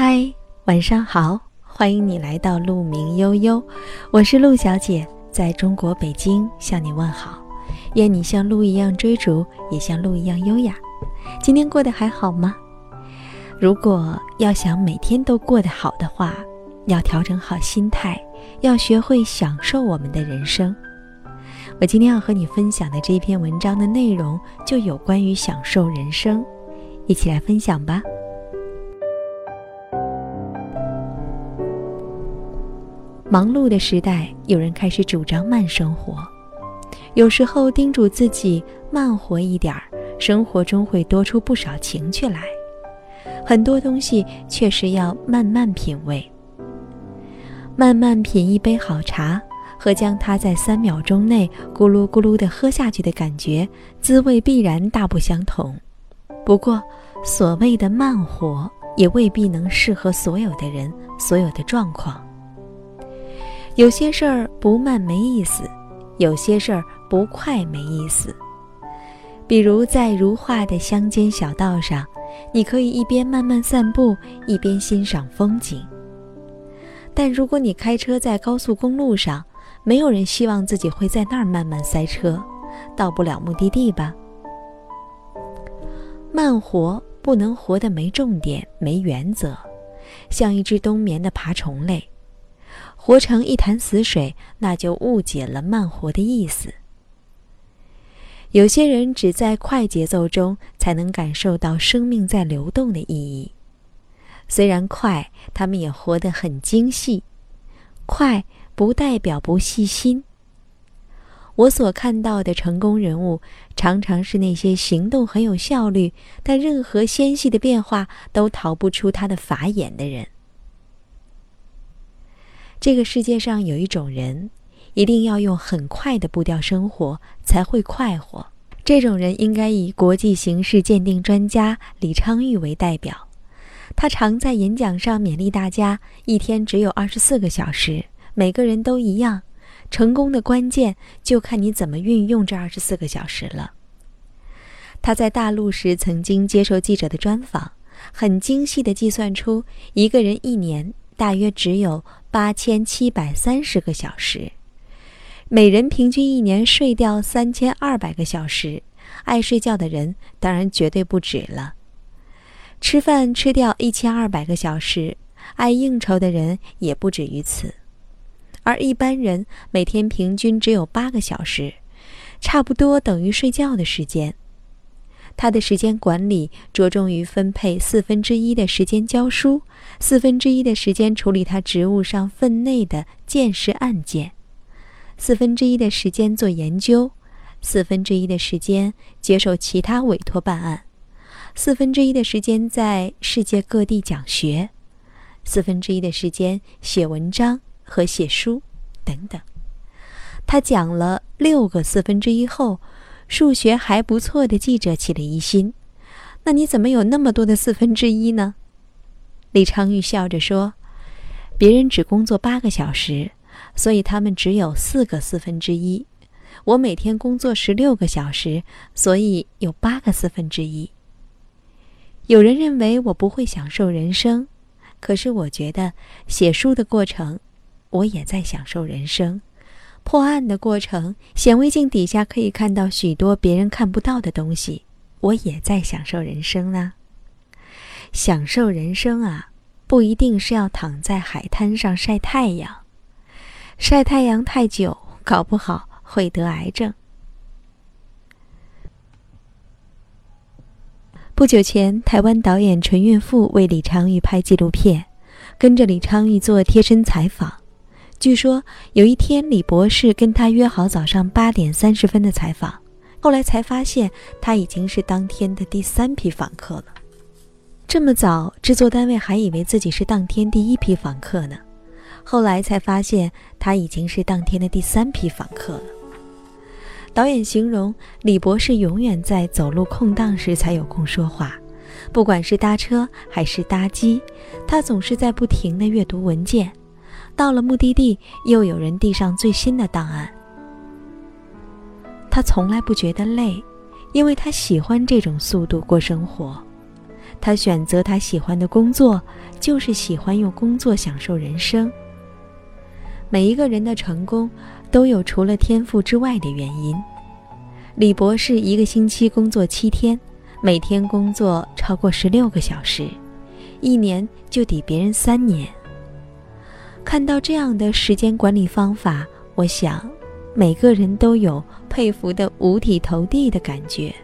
嗨，晚上好，欢迎你来到鹿鸣悠悠，我是鹿小姐，在中国北京向你问好。愿你像鹿一样追逐，也像鹿一样优雅。今天过得还好吗？如果要想每天都过得好的话，要调整好心态，要学会享受我们的人生。我今天要和你分享的这篇文章的内容就有关于享受人生，一起来分享吧。忙碌的时代，有人开始主张慢生活，有时候叮嘱自己慢活一点，生活中会多出不少情趣来。很多东西确实要慢慢品味，慢慢品一杯好茶，和将它在3秒钟内咕噜咕噜地喝下去的感觉，滋味必然大不相同。不过，所谓的慢活，也未必能适合所有的人，所有的状况。有些事儿不慢没意思，有些事儿不快没意思。比如在如画的乡间小道上，你可以一边慢慢散步，一边欣赏风景。但如果你开车在高速公路上，没有人希望自己会在那儿慢慢塞车，到不了目的地吧。慢活不能活得没重点没原则，像一只冬眠的爬虫类，活成一潭死水，那就误解了慢活的意思。有些人只在快节奏中才能感受到生命在流动的意义。虽然快，他们也活得很精细。快不代表不细心。我所看到的成功人物，常常是那些行动很有效率，但任何纤细的变化都逃不出他的法眼的人。这个世界上有一种人，一定要用很快的步调生活，才会快活。这种人应该以国际形势鉴定专家李昌钰为代表。他常在演讲上勉励大家，一天只有24个小时，每个人都一样，成功的关键就看你怎么运用这24个小时了。他在大陆时曾经接受记者的专访，很精细地计算出一个人一年大约只有8730个小时，每人平均一年睡掉3200个小时，爱睡觉的人当然绝对不止了。吃饭吃掉1200个小时，爱应酬的人也不止于此。而一般人每天平均只有8个小时，差不多等于睡觉的时间。他的时间管理着重于分配1/4的时间教书，1/4的时间处理他职务上分内的见识案件，1/4的时间做研究，1/4的时间接受其他委托办案，1/4的时间在世界各地讲学，1/4的时间写文章和写书等等。他讲了6个1/4后，数学还不错的记者起了疑心，那你怎么有那么多的1/4呢？李昌钰笑着说，别人只工作8个小时，所以他们只有4个1/4。我每天工作16个小时，所以有8个1/4。有人认为我不会享受人生，可是我觉得写书的过程，我也在享受人生。破案的过程，显微镜底下可以看到许多别人看不到的东西，我也在享受人生啊。享受人生啊，不一定是要躺在海滩上晒太阳，晒太阳太久，搞不好会得癌症。不久前，台湾导演陈岳父为李昌钰拍纪录片，跟着李昌钰做贴身采访。据说有一天李博士跟他约好早上8点30分的采访，后来才发现他已经是当天的第3批访客了。这么早，制作单位还以为自己是当天第1批访客呢，后来才发现他已经是当天的第3批访客了。导演形容李博士永远在走路空档时才有空说话，不管是搭车还是搭机，他总是在不停地阅读文件。到了目的地，又有人递上最新的档案。他从来不觉得累，因为他喜欢这种速度过生活。 他选择他喜欢的工作，就是喜欢用工作享受人生。每一个人的成功都有除了天赋之外的原因。李博士1个星期工作7天，每天工作超过16个小时，1年就抵别人3年。看到这样的时间管理方法，我想每个人都有佩服得五体投地的感觉。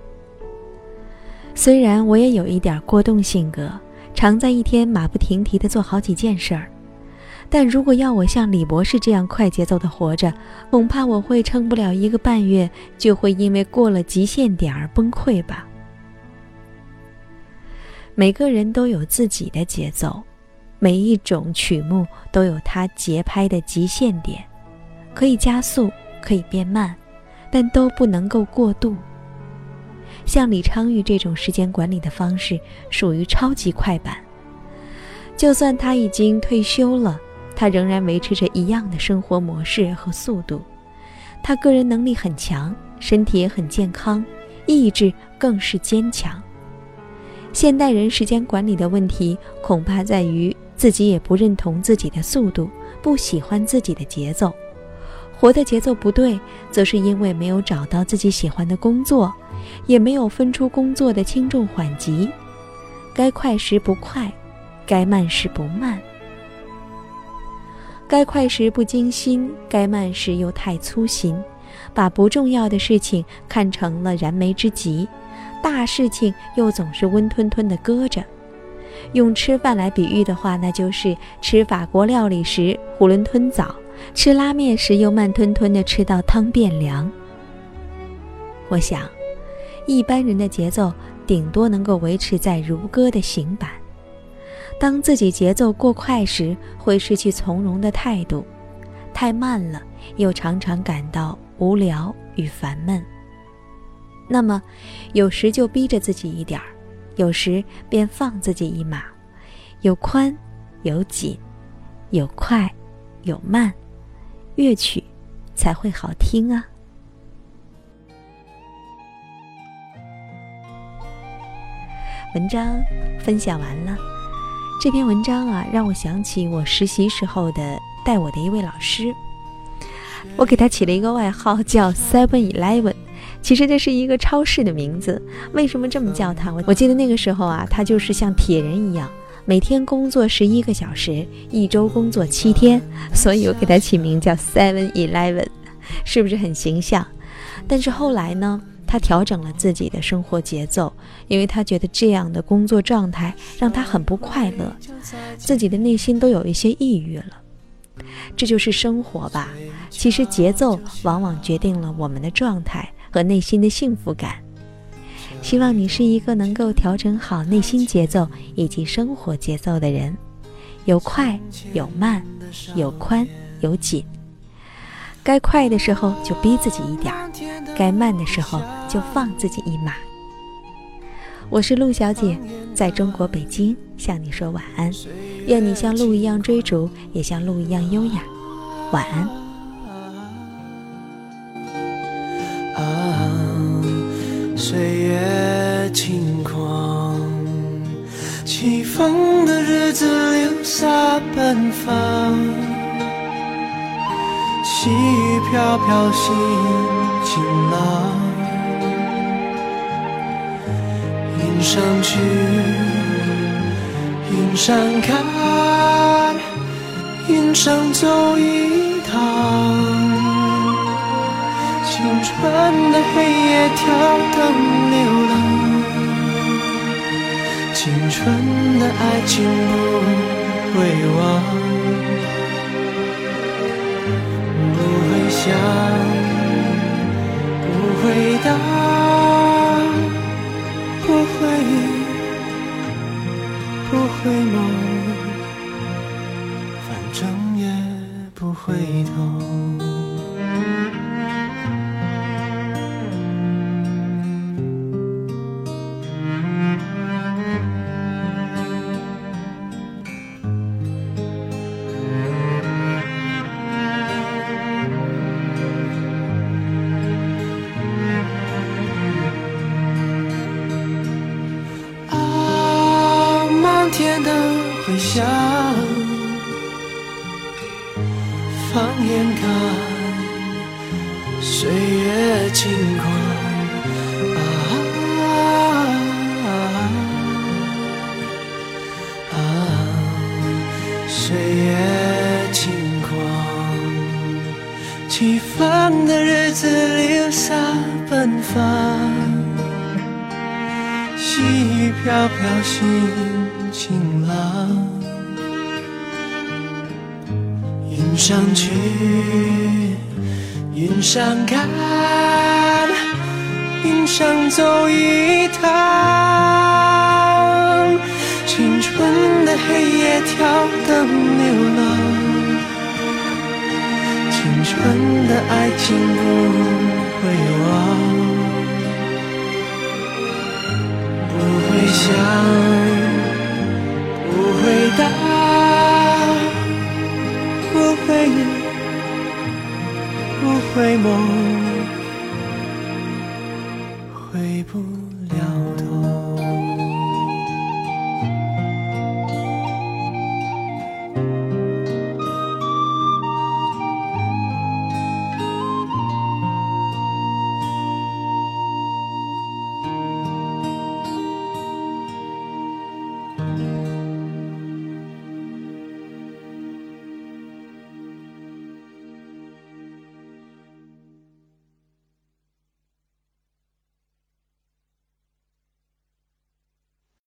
虽然我也有一点过动性格，常在一天马不停蹄地做好几件事儿，但如果要我像李博士这样快节奏地活着，恐怕我会撑不了1个半月，就会因为过了极限点而崩溃吧。每个人都有自己的节奏，每一种曲目都有它节拍的极限点，可以加速，可以变慢，但都不能够过度。像李昌钰这种时间管理的方式属于超级快板，就算他已经退休了，他仍然维持着一样的生活模式和速度。他个人能力很强，身体也很健康，意志更是坚强。现代人时间管理的问题恐怕在于自己也不认同自己的速度，不喜欢自己的节奏。活的节奏不对，则是因为没有找到自己喜欢的工作，也没有分出工作的轻重缓急，该快时不快，该慢时不慢，该快时不精心，该慢时又太粗心，把不重要的事情看成了燃眉之急，大事情又总是温吞吞地搁着。用吃饭来比喻的话，那就是吃法国料理时囫囵吞枣，吃拉面时又慢吞吞地吃到汤变凉。我想一般人的节奏顶多能够维持在如歌的行板，当自己节奏过快时，会失去从容的态度，太慢了又常常感到无聊与烦闷。那么有时就逼着自己一点儿，有时便放自己一马，有宽有紧，有快有慢，乐曲才会好听啊。文章分享完了，这篇文章啊，让我想起我实习时候的带我的一位老师，我给他起了一个外号叫 7-Eleven， 其实这是一个超市的名字。为什么这么叫他？我记得那个时候啊，他就是像铁人一样，每天工作11个小时，1周工作7天，所以我给他起名叫 7-Eleven， 是不是很形象？但是后来呢，他调整了自己的生活节奏，因为他觉得这样的工作状态让他很不快乐，自己的内心都有一些抑郁了。这就是生活吧，其实节奏往往决定了我们的状态和内心的幸福感。希望你是一个能够调整好内心节奏以及生活节奏的人，有快有慢，有宽有紧，该快的时候就逼自己一点，该慢的时候就放自己一马。我是陆小姐，在中国北京向你说晚安，愿你像鹿一样追逐，也像鹿一样优雅。晚安。 岁月轻狂，起风的日子留下奔放，细雨飘飘心晴朗，云上去云上看，云上走一趟，青春的黑夜跳灯流浪，青春的爱情不会忘，不会想，不会答，不会梦，反正也不回头。 放眼看，岁月轻狂岁月轻狂，起风的日子流沙奔放，细雨飘飘心晴朗，云上去云上看，云上走一趟，青春的黑夜跳灯流浪，青春的爱情不会忘，不会想，不会答，不会梦